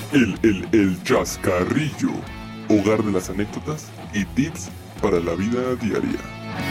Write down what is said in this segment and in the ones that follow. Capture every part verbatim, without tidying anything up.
El, el, el Chascarrillo, hogar de las anécdotas y tips para la vida diaria.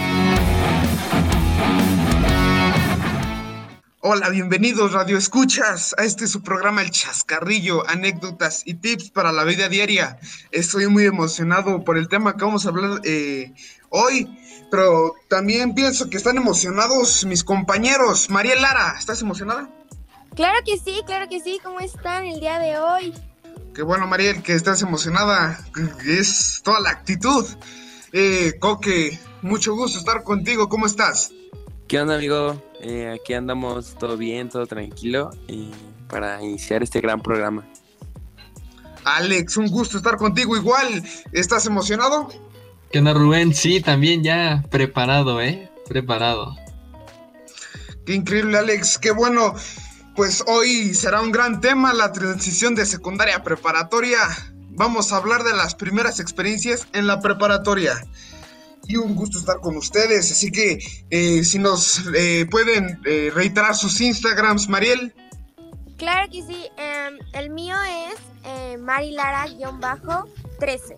Hola, bienvenidos Radio Escuchas a este su programa El Chascarrillo, anécdotas y tips para la vida diaria. Estoy muy emocionado por el tema que vamos a hablar eh, hoy, pero también pienso que están emocionados mis compañeros. María Lara, ¿estás emocionada? Claro que sí, claro que sí. ¿Cómo están el día de hoy? Qué bueno, Mariel, que estás emocionada. Es toda la actitud. Eh, Coque, mucho gusto estar contigo. ¿Cómo estás? ¿Qué onda, amigo? Eh, aquí andamos todo bien, todo tranquilo eh, para iniciar este gran programa. Alex, un gusto estar contigo igual. ¿Estás emocionado? ¿Qué onda, Rubén? Sí, también ya preparado, ¿eh? Preparado. Qué increíble, Alex. Qué bueno. Pues hoy será un gran tema, la transición de secundaria a preparatoria. Vamos a hablar de las primeras experiencias en la preparatoria. Y un gusto estar con ustedes. Así que eh, si nos eh, pueden eh, reiterar sus Instagrams, Mariel. Claro que sí. Um, el mío es eh, marilara trece.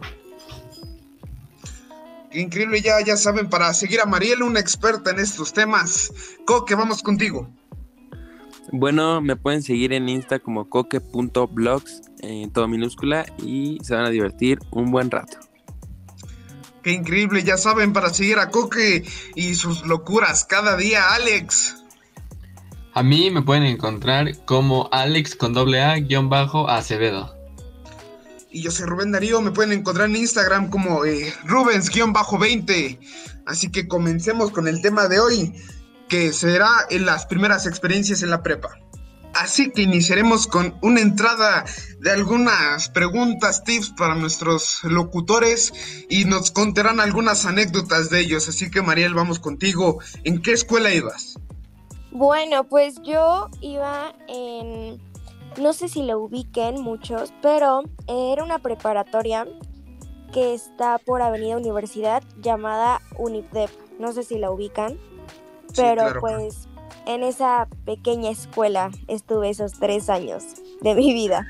Qué increíble, ya, ya saben, para seguir a Mariel, una experta en estos temas. Coque, vamos contigo. Bueno, me pueden seguir en Insta como coque punto blogs, en eh, todo minúscula, y se van a divertir un buen rato. Qué increíble, ya saben, para seguir a Coque y sus locuras cada día. Alex. A mí me pueden encontrar como Alex con doble A guión bajo Acevedo. Y yo soy Rubén Darío, me pueden encontrar en Instagram como eh, Rubens veinte. Así que comencemos con el tema de hoy, que será en las primeras experiencias en la prepa. Así que iniciaremos con una entrada de algunas preguntas, tips para nuestros locutores y nos contarán algunas anécdotas de ellos. Así que Mariel, vamos contigo. ¿En qué escuela ibas? Bueno, pues yo iba en... No sé si lo ubiquen muchos, pero era una preparatoria que está por Avenida Universidad llamada UNIPDEP. No sé si la ubican, pero sí, claro. Pues en esa pequeña escuela estuve esos tres años de mi vida.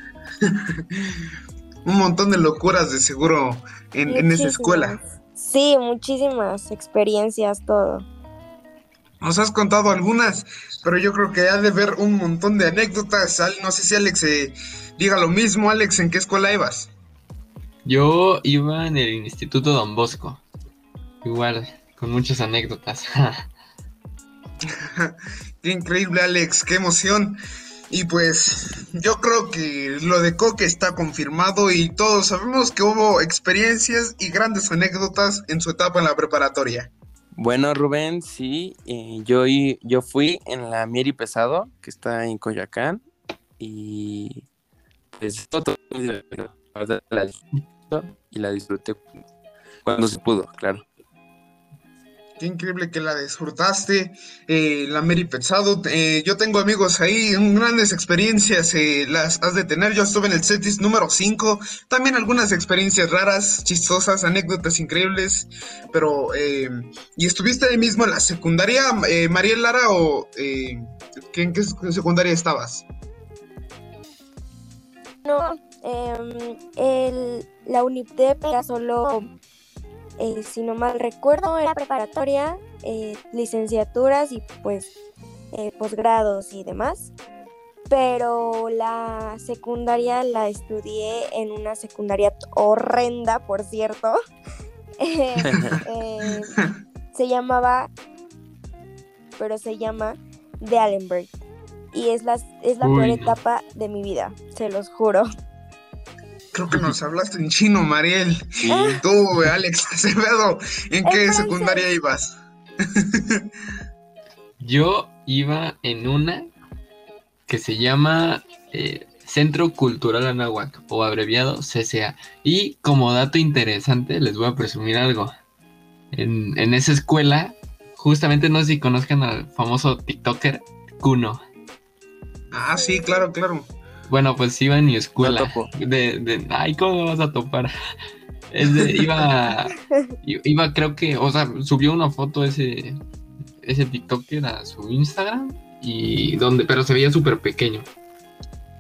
Un montón de locuras de seguro en, en esa escuela. Sí, muchísimas experiencias, todo. Nos has contado algunas, pero yo creo que ha de haber un montón de anécdotas. No sé si Alex eh, diga lo mismo. Alex, ¿en qué escuela ibas? Yo iba en el Instituto Don Bosco. Igual, con muchas anécdotas. Qué increíble, Alex, qué emoción. Y pues yo creo que lo de Coque está confirmado y todos sabemos que hubo experiencias y grandes anécdotas en su etapa en la preparatoria. Bueno, Rubén, sí, eh, yo, yo fui en la Mieri Pesado, que está en Coyoacán, y pues todo muy divertido. La disfruté y la disfruté cuando se pudo, claro. Qué increíble que la disfrutaste, eh, la Mary Pesado. Eh, yo tengo amigos ahí, grandes experiencias eh, las has de tener. Yo estuve en el CETIS número cinco, también algunas experiencias raras, chistosas, anécdotas increíbles. Pero, eh, ¿y estuviste ahí mismo en la secundaria, eh, Mariel Lara, o eh, ¿en qué secundaria estabas? No, eh, el, la UNIPDEP era solo... Eh, si no mal recuerdo, era preparatoria, eh, licenciaturas y pues eh, posgrados y demás. Pero la secundaria la estudié en una secundaria horrenda, por cierto. eh, eh, se llamaba, pero se llama de Allenberg. Y es la, es la peor etapa de mi vida, se los juro. Creo que nos hablaste en chino, Mariel. Sí. Tú, Alex Acevedo, ¿en qué Entonces... secundaria ibas? Yo iba en una que se llama eh, Centro Cultural Anáhuac, o abreviado C C A. Y como dato interesante, les voy a presumir algo. En, en esa escuela, justamente no sé si conozcan al famoso TikToker Kuno. Ah, sí, claro, claro. Bueno, pues iba en mi escuela. No topo. De, de, ay, ¿cómo me vas a topar? Es de, iba, iba, creo que, o sea, subió una foto ese, ese TikToker a su Instagram y donde, pero se veía súper pequeño.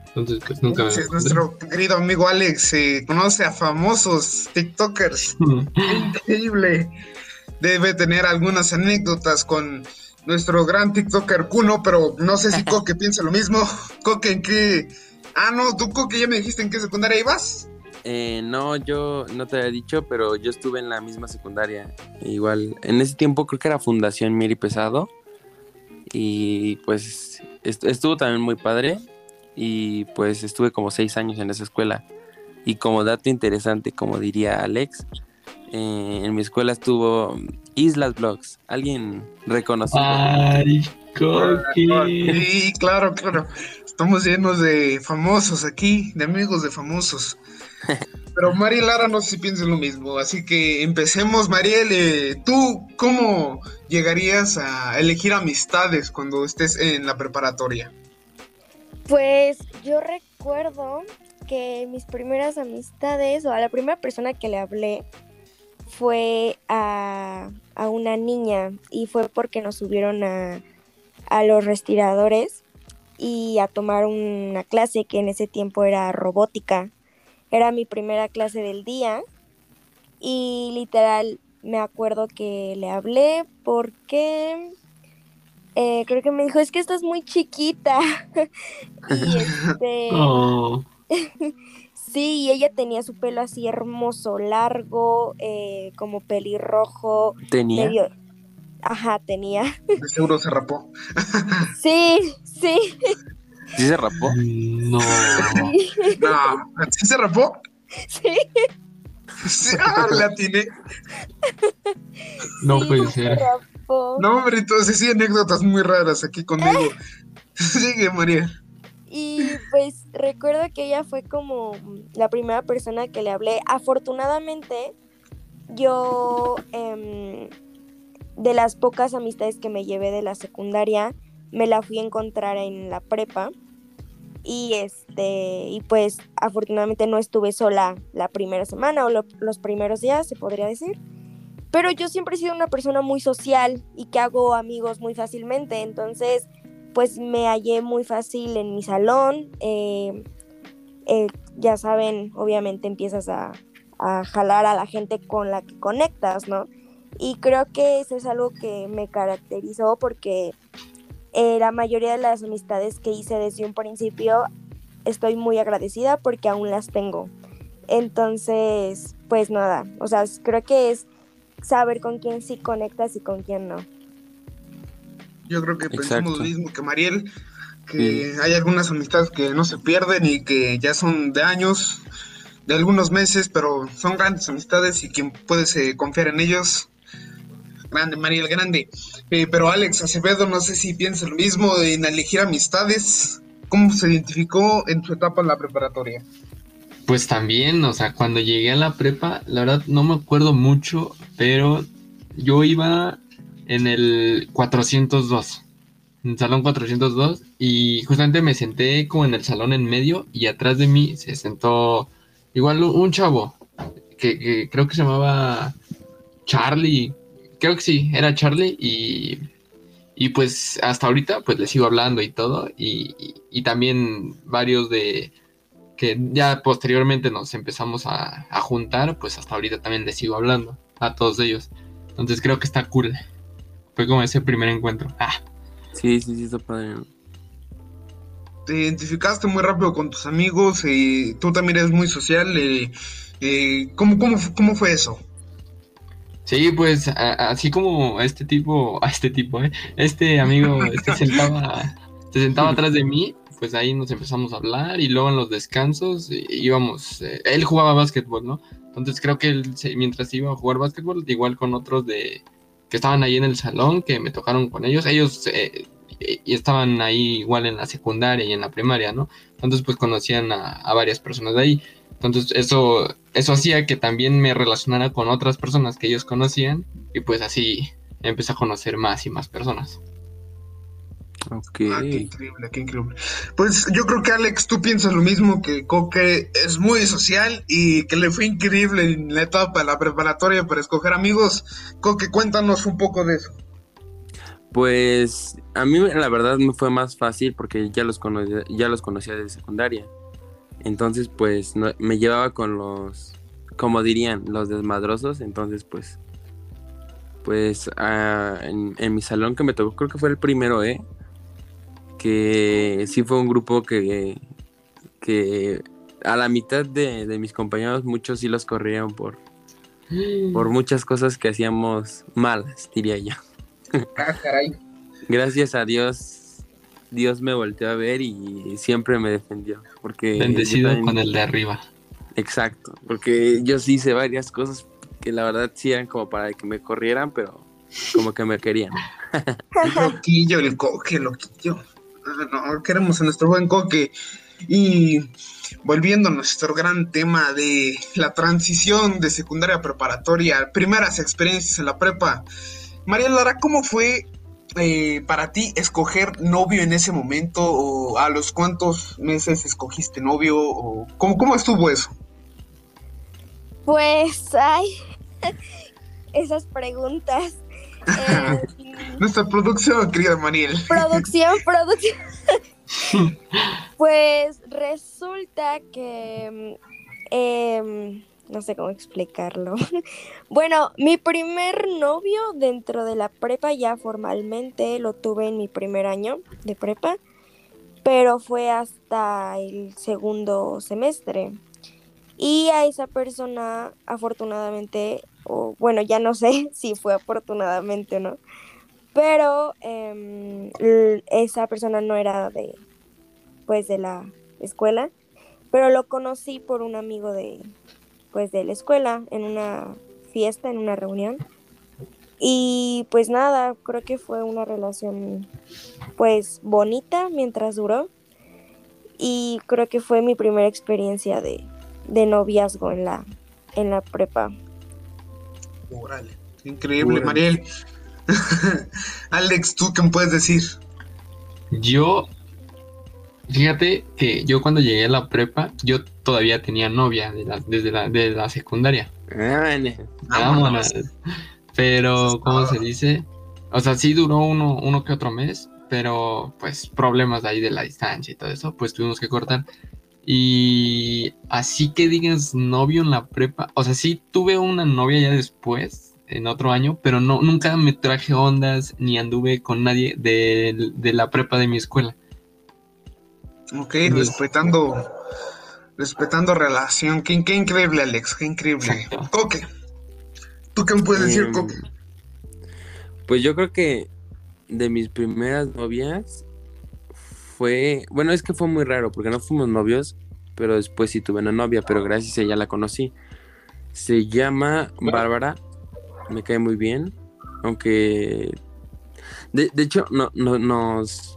Entonces, pues nunca me Ese es encontré. nuestro querido amigo Alex, eh, conoce a famosos TikTokers. Increíble. Debe tener algunas anécdotas con nuestro gran TikToker Kuno, pero no sé si Coque piensa lo mismo. Coque, ¿en qué? Ah, no, tú Coque ya me dijiste en qué secundaria ibas. Eh, no, yo no te había dicho, pero yo estuve en la misma secundaria. Igual, en ese tiempo creo que era Fundación Mieri Pesado. Y pues est- estuvo también muy padre. Y pues estuve como seis años en esa escuela. Y como dato interesante, como diría Alex, eh, en mi escuela estuvo Islas Vlogs. Alguien reconocido. Ay, Coque. Sí, claro, claro. Estamos llenos de famosos aquí, de amigos de famosos. Pero Mariel Lara no sé si piensa lo mismo, así que empecemos. Mariel, eh, ¿tú cómo llegarías a elegir amistades cuando estés en la preparatoria? Pues yo recuerdo que mis primeras amistades, o a la primera persona que le hablé, fue a, a una niña, y fue porque nos subieron a, a los respiradores y a tomar una clase que en ese tiempo era robótica. Era mi primera clase del día y literal me acuerdo que le hablé porque eh, creo que me dijo, es que estás muy chiquita. Y este, Oh, sí, y ella tenía su pelo así hermoso, largo, eh, como pelirrojo, ¿Tenía? medio, ajá, tenía. De seguro se rapó. Sí, sí, ¿Sí se rapó? no. sí, No, ¿sí se rapó? sí, Sí, ah, la atiné. No sí, puede se ser. rapó. No, hombre, entonces sí, anécdotas muy raras aquí conmigo. Sigue, María. Y pues recuerdo que ella fue como la primera persona que le hablé. Afortunadamente, yo em, de las pocas amistades que me llevé de la secundaria, me la fui a encontrar en la prepa. Y este, y pues afortunadamente no estuve sola la primera semana o lo- los primeros días, se podría decir. Pero yo siempre he sido una persona muy social y que hago amigos muy fácilmente, entonces pues me hallé muy fácil en mi salón. eh, eh, ya saben, obviamente empiezas a, a jalar a la gente con la que conectas, ¿no? Y creo que eso es algo que me caracterizó porque eh, la mayoría de las amistades que hice desde un principio estoy muy agradecida porque aún las tengo. Entonces, pues nada, o sea, creo que es saber con quién sí conectas y con quién no. Yo creo que pensamos Exacto. lo mismo que Mariel, que hay algunas amistades que no se pierden y que ya son de años, de algunos meses, pero son grandes amistades y quien puedes eh, confiar en ellos. Grande, Mariel, grande. Eh, pero Alex Acevedo, no sé si piensa lo mismo en elegir amistades. ¿Cómo se identificó en su etapa en la preparatoria? Pues también, o sea, cuando llegué a la prepa, la verdad no me acuerdo mucho, pero yo iba en el cuatrocientos dos, en el salón cuatrocientos dos, y justamente me senté como en el salón en medio y atrás de mí se sentó igual un un chavo que, que creo que se llamaba Charlie, creo que sí, era Charlie y, y pues hasta ahorita pues le sigo hablando y todo, y, y, y también varios de que ya posteriormente nos empezamos a, a juntar, pues hasta ahorita también les sigo hablando a todos ellos. Entonces creo que está cool. Fue como ese primer encuentro. Ah, Sí, sí, sí, está padre. Te identificaste muy rápido con tus amigos y tú también eres muy social. Eh, eh, ¿cómo, cómo, ¿Cómo fue eso? sí, pues a- así como a este tipo, a este tipo, ¿eh? Este amigo este sentaba, se sentaba atrás de mí, pues ahí nos empezamos a hablar y luego en los descansos eh, íbamos, eh, él jugaba básquetbol, ¿no? Entonces creo que él, se- mientras iba a jugar básquetbol, igual con otros de que estaban ahí en el salón, que me tocaron con ellos, ellos eh, eh, y estaban ahí igual en la secundaria y en la primaria, ¿no? Entonces pues conocían a, a varias personas de ahí. Entonces eso, eso hacía que también me relacionara con otras personas que ellos conocían y pues así empecé a conocer más y más personas. Ok. Ah, qué increíble, qué increíble. Pues yo creo que Alex, tú piensas lo mismo, que Coque es muy social y que le fue increíble en la etapa de la preparatoria para escoger amigos. Coque, cuéntanos un poco de eso. Pues a mí la verdad me fue más fácil porque ya los conocía, ya los conocía de secundaria. Entonces pues no- me llevaba con los, como dirían, los desmadrosos. Entonces pues, pues ah, en, en mi salón que me tocó, creo que fue el primero, ¿eh? Que sí fue un grupo que, que a la mitad de, de mis compañeros muchos sí los corrieron por, por muchas cosas que hacíamos malas, diría yo. Ah, caray. Gracias a Dios, Dios me volteó a ver y siempre me defendió. Porque yo Bendecido también, con el de arriba. exacto, porque yo sí hice varias cosas que la verdad sí eran como para que me corrieran, pero como que me querían. Loquillo, el coque, loquillo. Ah, no, queremos a nuestro buen coque. Y volviendo a nuestro gran tema de la transición de secundaria a preparatoria, primeras experiencias en la prepa. María Lara, ¿cómo fue eh, para ti escoger novio en ese momento? ¿O a los cuántos meses escogiste novio? ¿O cómo, cómo estuvo eso? Pues, ay, esas preguntas. Eh, Nuestra producción, querida Mariel. producción, producción. Pues resulta que, mm, em, no sé cómo explicarlo. Bueno, mi primer novio dentro de la prepa ya formalmente lo tuve en mi primer año de prepa, pero fue hasta el segundo semestre. Y a esa persona, afortunadamente, o bueno, ya no sé si fue afortunadamente o no, pero em, l- esa persona no era de, pues, de la escuela, pero lo conocí por un amigo de, pues, de la escuela, en una fiesta, en una reunión. Y pues nada, creo que fue una relación, pues, bonita mientras duró. Y creo que fue mi primera experiencia de, de noviazgo en la, en la prepa. Órale, increíble, Órale. Mariel. Alex, ¿tú qué me puedes decir? Yo, fíjate que yo cuando llegué a la prepa, yo todavía tenía novia de la- desde la, de la secundaria. Ah, ne- Vámonos. Pero, ¿cómo se Ah, dice? O sea, sí duró uno, uno que otro mes, pero pues problemas ahí de la distancia y todo eso, pues tuvimos que cortar. Y así que digas novio en la prepa, o sea, sí tuve una novia ya después, en otro año, pero no, nunca me traje ondas ni anduve con nadie de, de la prepa de mi escuela. ok, Entonces, respetando, respetando relación. Qué, qué increíble, Alex, qué increíble. exacto. Coque, ¿tú qué me puedes decir, Coque? em, pues yo creo que de mis primeras novias fue, bueno, es que fue muy raro porque no fuimos novios, pero después sí tuve una novia, pero gracias a ella la conocí. Se llama Bárbara, me cae muy bien, aunque de, de hecho no, no nos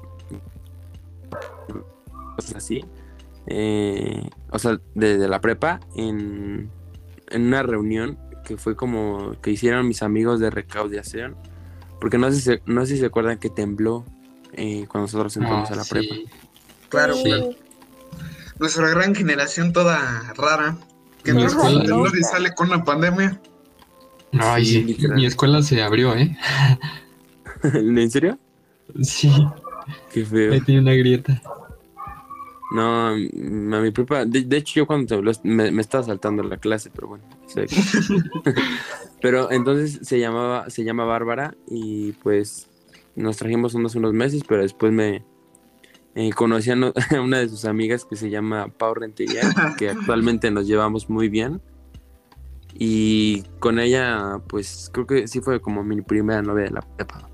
cosas así, eh, o sea, desde la prepa en, en una reunión que fue como que hicieron mis amigos de recaudación, porque no sé si, no sé si se acuerdan que tembló eh, cuando nosotros entramos Ah, a la prepa. sí, Claro, claro. sí. Sí, Nuestra gran generación toda rara, que Mi entró con ajá, escuela, un temblor y loca. sale con una pandemia. ay, Sí, sí, mi literal. escuela se abrió, ¿eh? ¿En serio? Sí, Qué feo. ahí tiene una grieta. No, a mi prepa, de, de hecho yo cuando tembló me, me estaba saltando la clase, pero bueno, sé que- pero entonces se llamaba, se llama Bárbara y pues nos trajimos unos unos meses, pero después me eh, conocí a, no- a una de sus amigas que se llama Pau Rentería, que actualmente nos llevamos muy bien y con ella pues creo que sí fue como mi primera novia de la prepa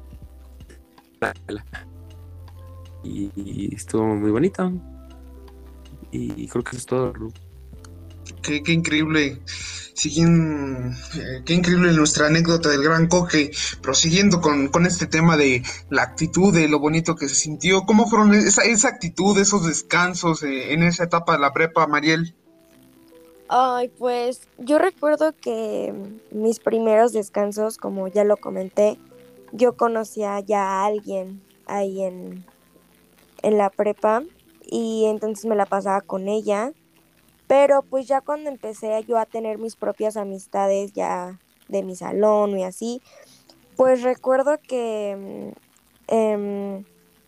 y, y estuvo muy bonita y creo que eso es todo. Ru. Qué, qué increíble. Siguen, eh, qué increíble nuestra anécdota del gran Coque. Prosiguiendo con, con este tema de la actitud, de lo bonito que se sintió. ¿Cómo fueron esa, esa actitud, esos descansos eh, en esa etapa de la prepa, Mariel? Ay, pues yo recuerdo que mm, mis primeros descansos, como ya lo comenté, yo conocía ya a alguien ahí en, en la prepa y entonces me la pasaba con ella, pero pues ya cuando empecé yo a tener mis propias amistades ya de mi salón y así, pues recuerdo que em,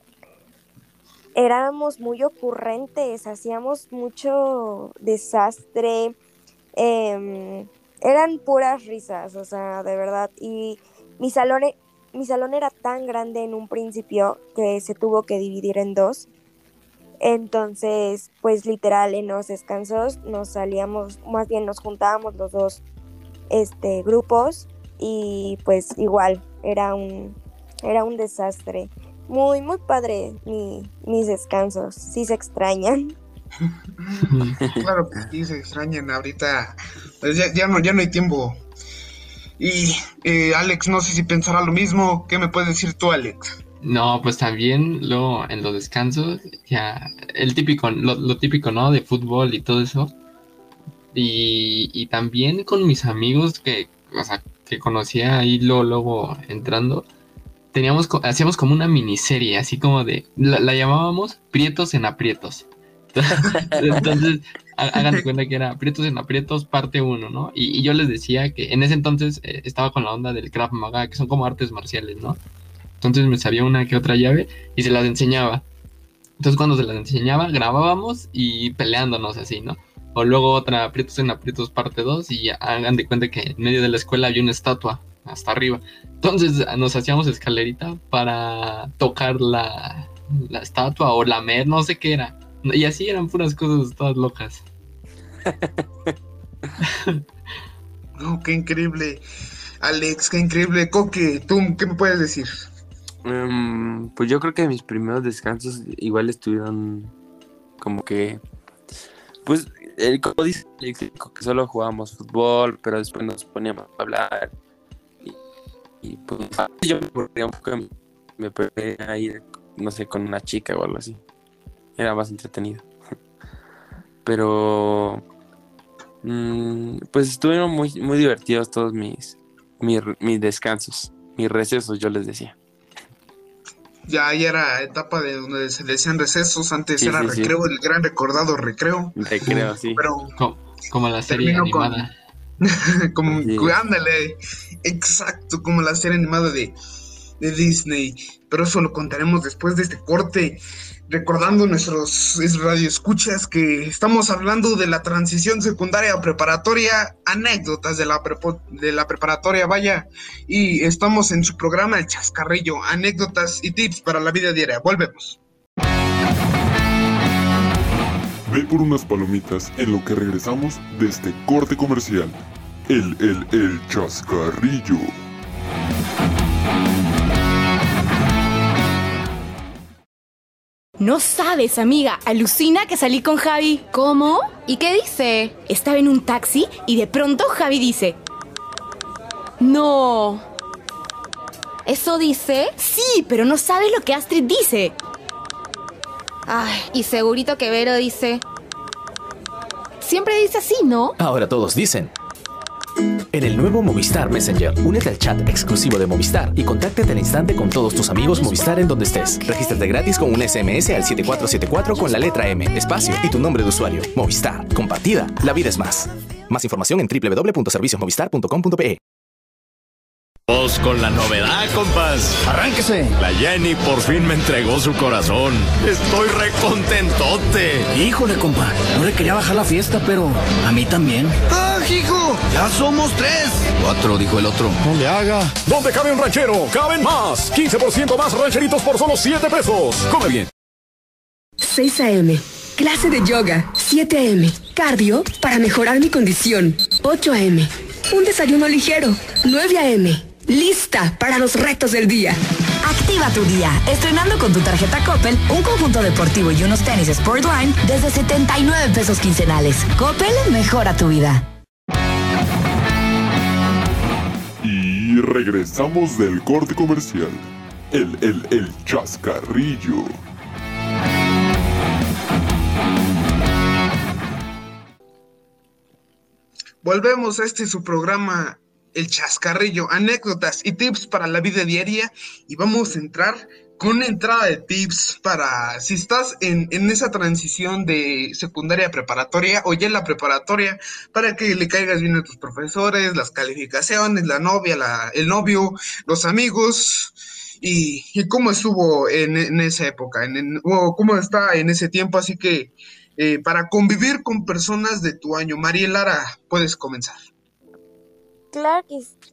éramos muy ocurrentes, hacíamos mucho desastre, em, eran puras risas, o sea, de verdad. Y mi salón, e- mi salón era tan grande en un principio que se tuvo que dividir en dos. Entonces, pues literal, en los descansos nos salíamos, más bien nos juntábamos los dos este, grupos y pues igual, era un, era un desastre. Muy, muy padre mi, mis descansos, sí se extrañan. Claro, pues sí, se extrañan ahorita. Pues ya, ya no, ya no hay tiempo. Y eh, Alex, no sé si pensará lo mismo. ¿Qué me puedes decir tú, Alex? No, pues también luego en los descansos, ya, el típico, lo, lo típico, ¿no? De fútbol y todo eso. Y, y también con mis amigos que, o sea, que conocía ahí luego, luego entrando, teníamos, co- hacíamos como una miniserie, así como de, la, la llamábamos Prietos en Aprietos. Entonces, ha- hagan de cuenta que era Prietos en Aprietos parte uno, ¿no? Y, y yo les decía que en ese entonces eh, estaba con la onda del Krav Maga, que son como artes marciales, ¿no? Entonces me sabía una que otra llave y se las enseñaba. Entonces cuando se las enseñaba, grabábamos y peleándonos así, ¿no? O luego otra Aprietos en Aprietos parte dos y ya hagan de cuenta que en medio de la escuela había una estatua hasta arriba. Entonces nos hacíamos escalerita para tocar la, la estatua o lamer, no sé qué era. Y así eran puras cosas todas locas. Oh, qué increíble. Alex, qué increíble. Coque, ¿tú qué me puedes decir? Em, pues yo creo que mis primeros descansos igual estuvieron como que, pues, el, como dice Alex, que solo jugábamos fútbol, pero después nos poníamos a hablar. Y, y, pues yo me aburría un poco, me perdí a ir, no sé, con una chica o algo así. Era más entretenido. Pero, mm, pues estuvieron muy, muy divertidos todos mis, mis, mis descansos, mis recesos, yo les decía. Ya, ya era etapa de donde se le decían recesos. Antes Sí, era sí, sí. recreo, el gran recordado recreo. Recreo, sí. Pero Co- como la serie termino con. animada. como, Así es. ándale, exacto, como la serie animada de, de Disney. Pero eso lo contaremos después de este corte. Recordando nuestros radioescuchas que estamos hablando de la transición secundaria a preparatoria, anécdotas de la, prepo- de la preparatoria, vaya. Y estamos en su programa El Chascarrillo, anécdotas y tips para la vida diaria. Volvemos. Ve por unas palomitas en lo que regresamos de este corte comercial. El, el, el chascarrillo. No sabes, amiga, alucina que salí con Javi. ¿Cómo? ¿Y qué dice? Estaba en un taxi y de pronto Javi dice: No. ¿Eso dice? sí, pero no sabes lo que Astrid dice. Ay, y segurito que Vero dice. Siempre dice así, ¿no? Ahora todos dicen. En el nuevo Movistar Messenger, únete al chat exclusivo de Movistar y contáctate al instante con todos tus amigos Movistar en donde estés. Regístrate gratis con un S M S al siete cuatro siete cuatro con la letra M, espacio y tu nombre de usuario. Movistar. Compartida. La vida es más. Más información en doble u doble u doble u punto servicios movistar punto com punto pe. Vos con la novedad, compas. ¡Arránquese! La Jenny por fin me entregó su corazón. Estoy recontentote. Híjole, compa, no le quería bajar la fiesta, pero a mí también. ¡Ah, hijo! ¡Ya somos tres! Cuatro, dijo el otro. No le haga. ¿Dónde cabe un ranchero? ¡Caben más! quince por ciento más rancheritos por solo siete pesos. ¡Come bien! seis a.m. Clase de yoga. siete a.m. Cardio para mejorar mi condición. ocho a.m. Un desayuno ligero. nueve a.m. Lista para los retos del día. Activa tu día, estrenando con tu tarjeta Coppel un conjunto deportivo y unos tenis Sportline desde setenta y nueve pesos quincenales. Coppel mejora tu vida. Y regresamos del corte comercial. El, el, el chascarrillo. Volvemos a este su programa El Chascarrillo, anécdotas y tips para la vida diaria, y vamos a entrar con una entrada de tips para si estás en, en esa transición de secundaria a preparatoria o ya en la preparatoria, para que le caigas bien a tus profesores, las calificaciones, la novia, la, el novio, los amigos y, y cómo estuvo en, en esa época, en, en- o cómo está en ese tiempo. Así que eh, para convivir con personas de tu año, Mariel Lara, puedes comenzar. Claro que sí.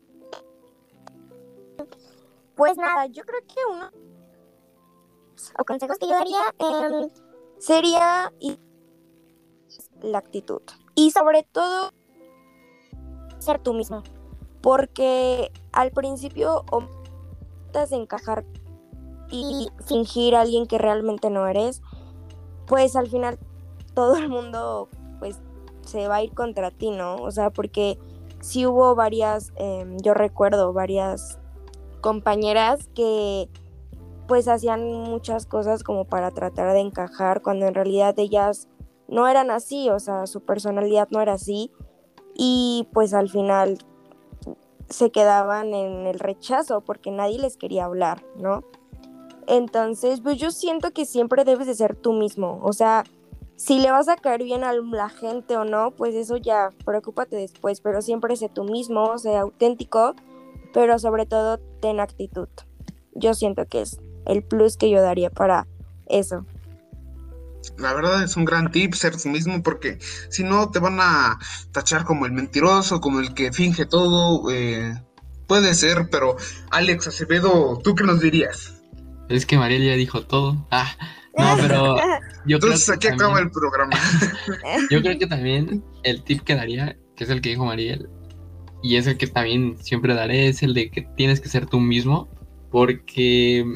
Pues nada, yo creo que uno o consejos que yo daría em, sería y- la actitud. Y sobre todo, ser tú mismo. Porque al principio o tratas de encajar y fingir a alguien que realmente no eres, pues al final todo el mundo pues se va a ir contra ti, ¿no? O sea, porque sí hubo varias, em, yo recuerdo varias compañeras que pues hacían muchas cosas como para tratar de encajar cuando en realidad ellas no eran así, o sea, su personalidad no era así y pues al final se quedaban en el rechazo porque nadie les quería hablar, ¿no? Entonces, pues yo siento que siempre debes de ser tú mismo, o sea, si le vas a caer bien a la gente o no, pues eso ya, preocúpate después, pero siempre sé tú mismo, sé auténtico, pero sobre todo ten actitud. Yo siento que es el plus que yo daría para eso. La verdad es un gran tip ser tú mismo, porque si no te van a tachar como el mentiroso, como el que finge todo. eh, puede ser, pero Alex Acevedo, ¿tú qué nos dirías? Es que Mariel ya dijo todo. Ah, no, pero yo creo Entonces que aquí acaba también, el programa. yo creo que también el tip que daría, que es el que dijo Mariel, y es el que también siempre daré, es el de que tienes que ser tú mismo, porque,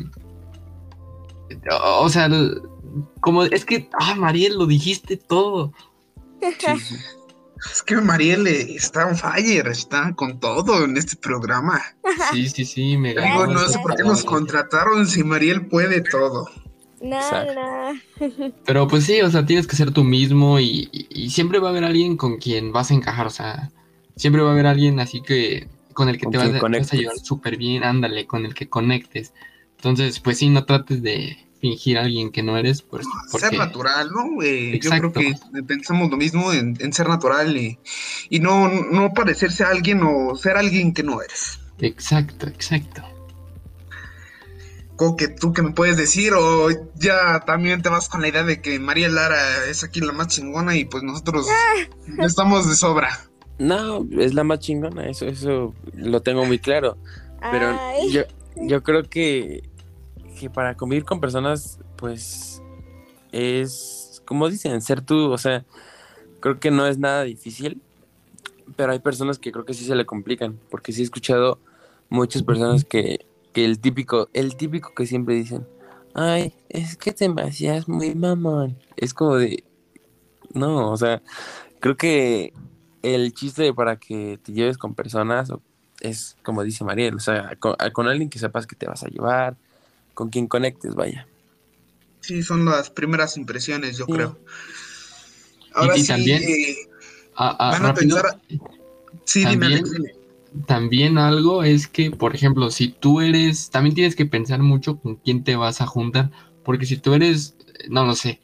o sea, el- como es que, ah, Mariel, lo dijiste todo. Sí, sí. Es que Mariel eh, está on fire, está con todo en este programa. Sí, sí, sí, me Yo digo, ganó no esas sé por qué nos palabras. contrataron si Mariel puede todo. No, Exacto. no. Pero pues sí, o sea, tienes que ser tú mismo y, y- y siempre va a haber alguien con quien vas a encajar, o sea, siempre va a haber alguien así que con el que Con te vas, quien a- vas a conectes. llevar súper bien, ándale, con el que conectes. Entonces, pues sí, no trates de fingir a alguien que no eres, pues, Ser porque... natural, ¿no? Eh, yo creo Exacto, que pensamos lo mismo en, en ser natural y, y no, no parecerse a alguien o ser alguien que no eres. exacto, exacto. Coque, ¿tú qué me puedes decir? O ya también te vas con la idea de que María Lara es aquí la más chingona y pues nosotros estamos de sobra. No, es la más chingona, eso, eso lo tengo muy claro. Pero Ay. yo, yo creo que, que para convivir con personas, pues, es, como dicen, ser tú, o sea, creo que no es nada difícil, pero hay personas que creo que sí se le complican, porque sí he escuchado muchas personas que, que el típico, el típico que siempre dicen, ay, es que te me hacías muy mamón. Es como de, no, o sea, creo que el chiste para que te lleves con personas o- es como dice Mariel, o sea, con, con alguien que sepas que te vas a llevar, con quien conectes, vaya. Sí, son las primeras impresiones, yo Sí. creo. Y, Ahora y sí, también, eh, ah, ah, van a rápido, pensar... Sí, dime, Alex, también, dime. también algo es que, por ejemplo, si tú eres, también tienes que pensar mucho con quién te vas a juntar, porque si tú eres, no lo sé,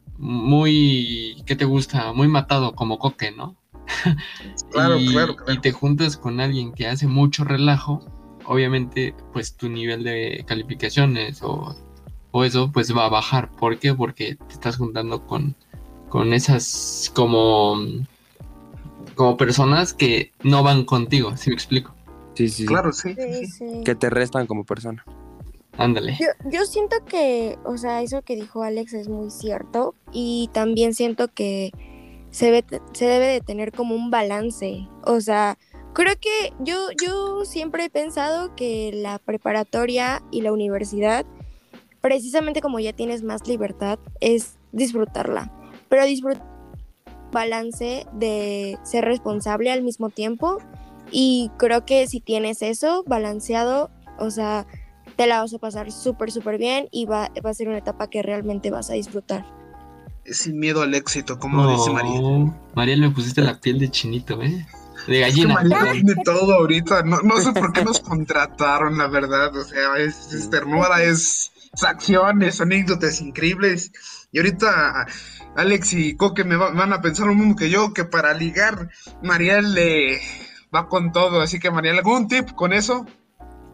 muy, ¿qué te gusta? Muy matado como Coque, ¿no? Claro, y, claro, y claro. te juntas con alguien que hace mucho relajo, obviamente, pues tu nivel de calificaciones o, o eso, pues va a bajar. ¿Por qué? Porque te estás juntando con, con esas como, como personas que no van contigo, ¿sí me explico? Sí, sí, sí. Claro, sí, sí, Sí, sí. sí. Que te restan como persona. Ándale. Yo, yo siento que, o sea, eso que dijo Alex es muy cierto y también siento que se, ve- se debe de tener como un balance. O sea, creo que yo, yo siempre he pensado que la preparatoria y la universidad, precisamente como ya tienes más libertad, es disfrutarla. Pero disfrutar balance de ser responsable al mismo tiempo y creo que si tienes eso balanceado, o sea, te la vas a pasar súper, súper bien y va, va a ser una etapa que realmente vas a disfrutar. Sin miedo al éxito, como dice María. Oh, Mariel, me pusiste la piel de chinito, ¿eh? De Es que gallina, María perdón. tiene todo ahorita. No, no sé por qué nos contrataron, la verdad. O sea, es, es ternura, es, es acción, es anécdotas increíbles. Y ahorita Alex y Coque me va- van a pensar lo mismo que yo, que para ligar, María le va con todo. Así que, María, ¿algún tip con eso?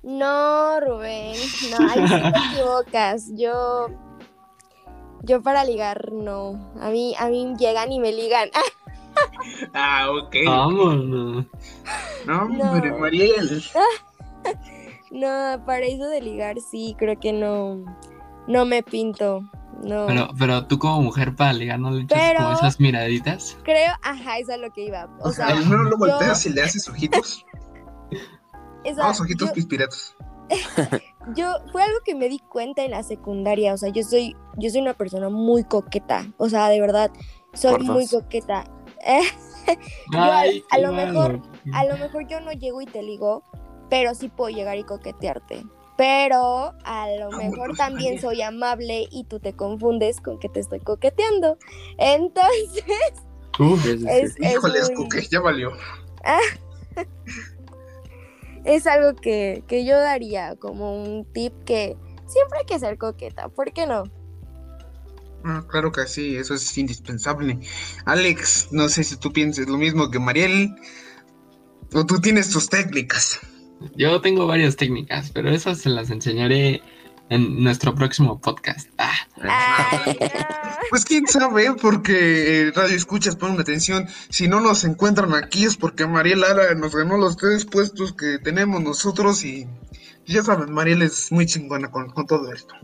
No, Rubén, no, ahí sí te equivocas. Yo, yo para ligar, no. A mí, a mí llegan y me ligan. Ah, ok. Vámonos. No, hombre, No. Mariel. No, para eso de ligar sí, creo que no, no me pinto. No. Pero, pero tú como mujer para ligar no le echas Pero- como esas miraditas. Creo, ajá, eso es lo que iba. O sea, Al menos lo yo- volteas y le haces ojitos. o sea, Vamos, ojitos yo- pispiretos. Yo, fue algo que me di cuenta en la secundaria, o sea, yo soy, yo soy una persona muy coqueta, o sea, de verdad, soy Por muy dos. coqueta. Yo a, Ay, a qué lo malo. mejor, a lo mejor yo no llego y te ligo, pero sí puedo llegar y coquetearte. Pero a lo mejor pues, también María. soy amable y tú te confundes con que te estoy coqueteando. Entonces, Uf, Sí, sí, sí. es, es Híjoles, muy- Coque, ya valió. es algo que, que yo daría como un tip que siempre hay que ser coqueta, ¿por qué no? Ah, claro que sí, eso es indispensable. Alex, no sé si tú pienses lo mismo que Mariel, o tú tienes tus técnicas. Yo tengo varias técnicas, pero esas se las enseñaré en nuestro próximo podcast. Ah, Ay, no. Pues quién sabe, porque eh, Radio Escuchas, pongan atención, si no nos encuentran aquí es porque Mariel Lara nos ganó los tres puestos que tenemos nosotros y ya saben, Mariel es muy chingona con, con todo esto.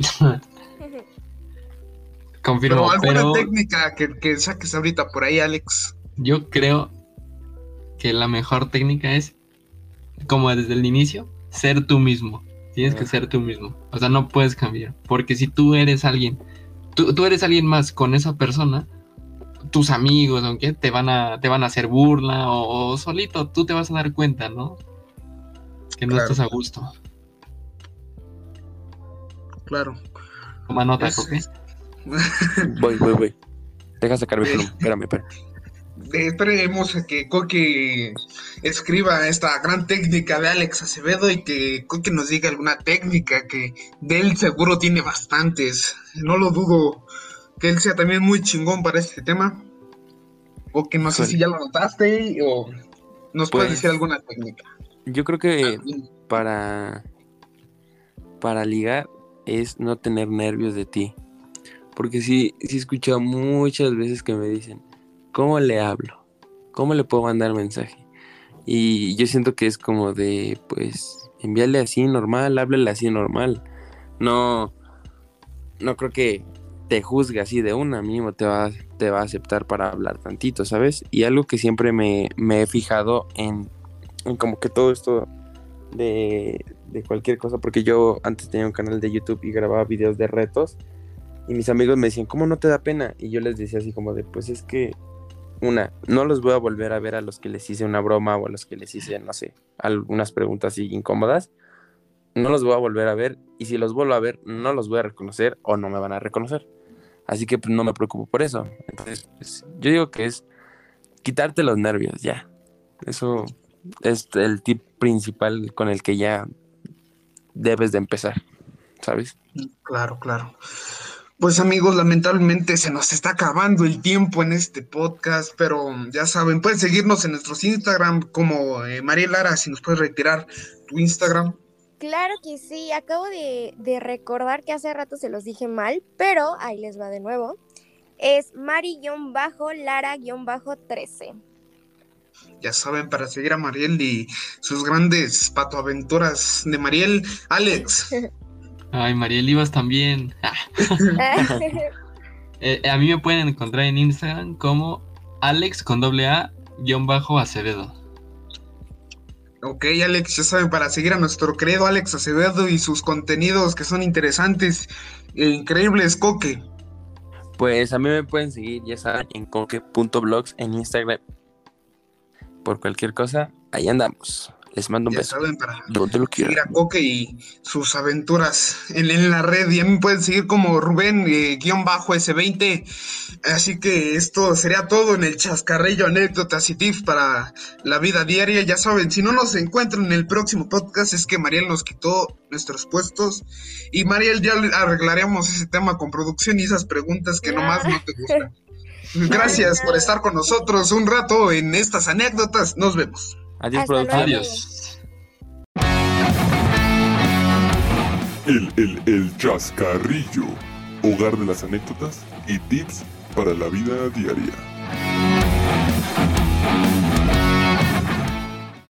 confirmo, Pero alguna pero técnica que, que saques ahorita por ahí, Alex. yo creo que la mejor técnica es, como desde el inicio, ser tú mismo. Tienes que Ah. ser tú mismo. O sea, no puedes cambiar. Porque si tú eres alguien, tú, tú eres alguien más con esa persona, tus amigos, aunque te van a, te van a hacer burla o, o solito, tú te vas a dar cuenta, ¿no? Que no Claro. estás a gusto. Claro. Toma nota, Es- Coque. Voy, voy, voy. Deja sacar mi pluma. Espérame, espérame. Eh, Esperemos a que Coque escriba esta gran técnica de Alex Acevedo y que Coque nos diga alguna técnica que de él seguro tiene bastantes. No lo dudo que él sea también muy chingón para este tema. O que no sé Híjole. si ya lo notaste o nos puedes Pues- decir alguna técnica. Yo creo que para, para ligar es no tener nervios de ti. Porque sí, sí he escuchado muchas veces que me dicen, ¿cómo le hablo? ¿Cómo le puedo mandar mensaje? Y yo siento que es como de, pues, envíale así normal, háblale así normal. No, no creo que te juzgue así de una, mínimo te va, te va a aceptar para hablar tantito, ¿sabes? Y algo que siempre me, me he fijado en, en como que todo esto de, de cualquier cosa, porque yo antes tenía un canal de YouTube y grababa videos de retos, y mis amigos me decían, ¿cómo no te da pena? Y yo les decía así como de, pues es que, una, no los voy a volver a ver a los que les hice una broma o a los que les hice, no sé, algunas preguntas así incómodas, no los voy a volver a ver, y si los vuelvo a ver, no los voy a reconocer o no me van a reconocer. Así que pues, no me preocupo por eso. Entonces, pues, yo digo que es quitarte los nervios, ya. Eso es el tip principal con el que ya debes de empezar, ¿sabes? Claro, claro. Pues amigos, lamentablemente se nos está acabando el tiempo en este podcast, pero ya saben, pueden seguirnos en nuestros Instagram como eh, Mariel Lara, si nos puedes retirar tu Instagram. Claro que sí, acabo de, de recordar que hace rato se los dije mal, pero ahí les va de nuevo. Es Mari-Lara-trece. Ya saben, para seguir a Mariel y sus grandes patoaventuras de Mariel. Alex, Ay, Mariel Ibas también. Ah. Eh, a mí me pueden encontrar en Instagram como Alex con doble A guión bajo Acevedo. ok Alex, ya saben, para seguir a nuestro querido Alex Acevedo y sus contenidos que son interesantes e increíbles, Coque. Pues a mí me pueden seguir, ya saben, en coque punto blogs en Instagram. Por cualquier cosa, ahí andamos. Les mando un Ya beso. saben, para Donde lo seguir quieran. a Coque y sus aventuras en, en la red. Y a mí me pueden seguir como Rubén eh, guión bajo ese veinte. Así que esto sería todo en el chascarrillo, anécdotas y tips para la vida diaria. Ya saben, si no nos encuentran en el próximo podcast es que Mariel nos quitó nuestros puestos. Y Mariel, ya arreglaremos ese tema con producción y esas preguntas que nomás no te gustan. Gracias por estar con nosotros un rato en estas anécdotas. Nos vemos. Adiós, Hasta producción. luego. Adiós. El, el, el Chascarrillo, hogar de las anécdotas y tips para la vida diaria.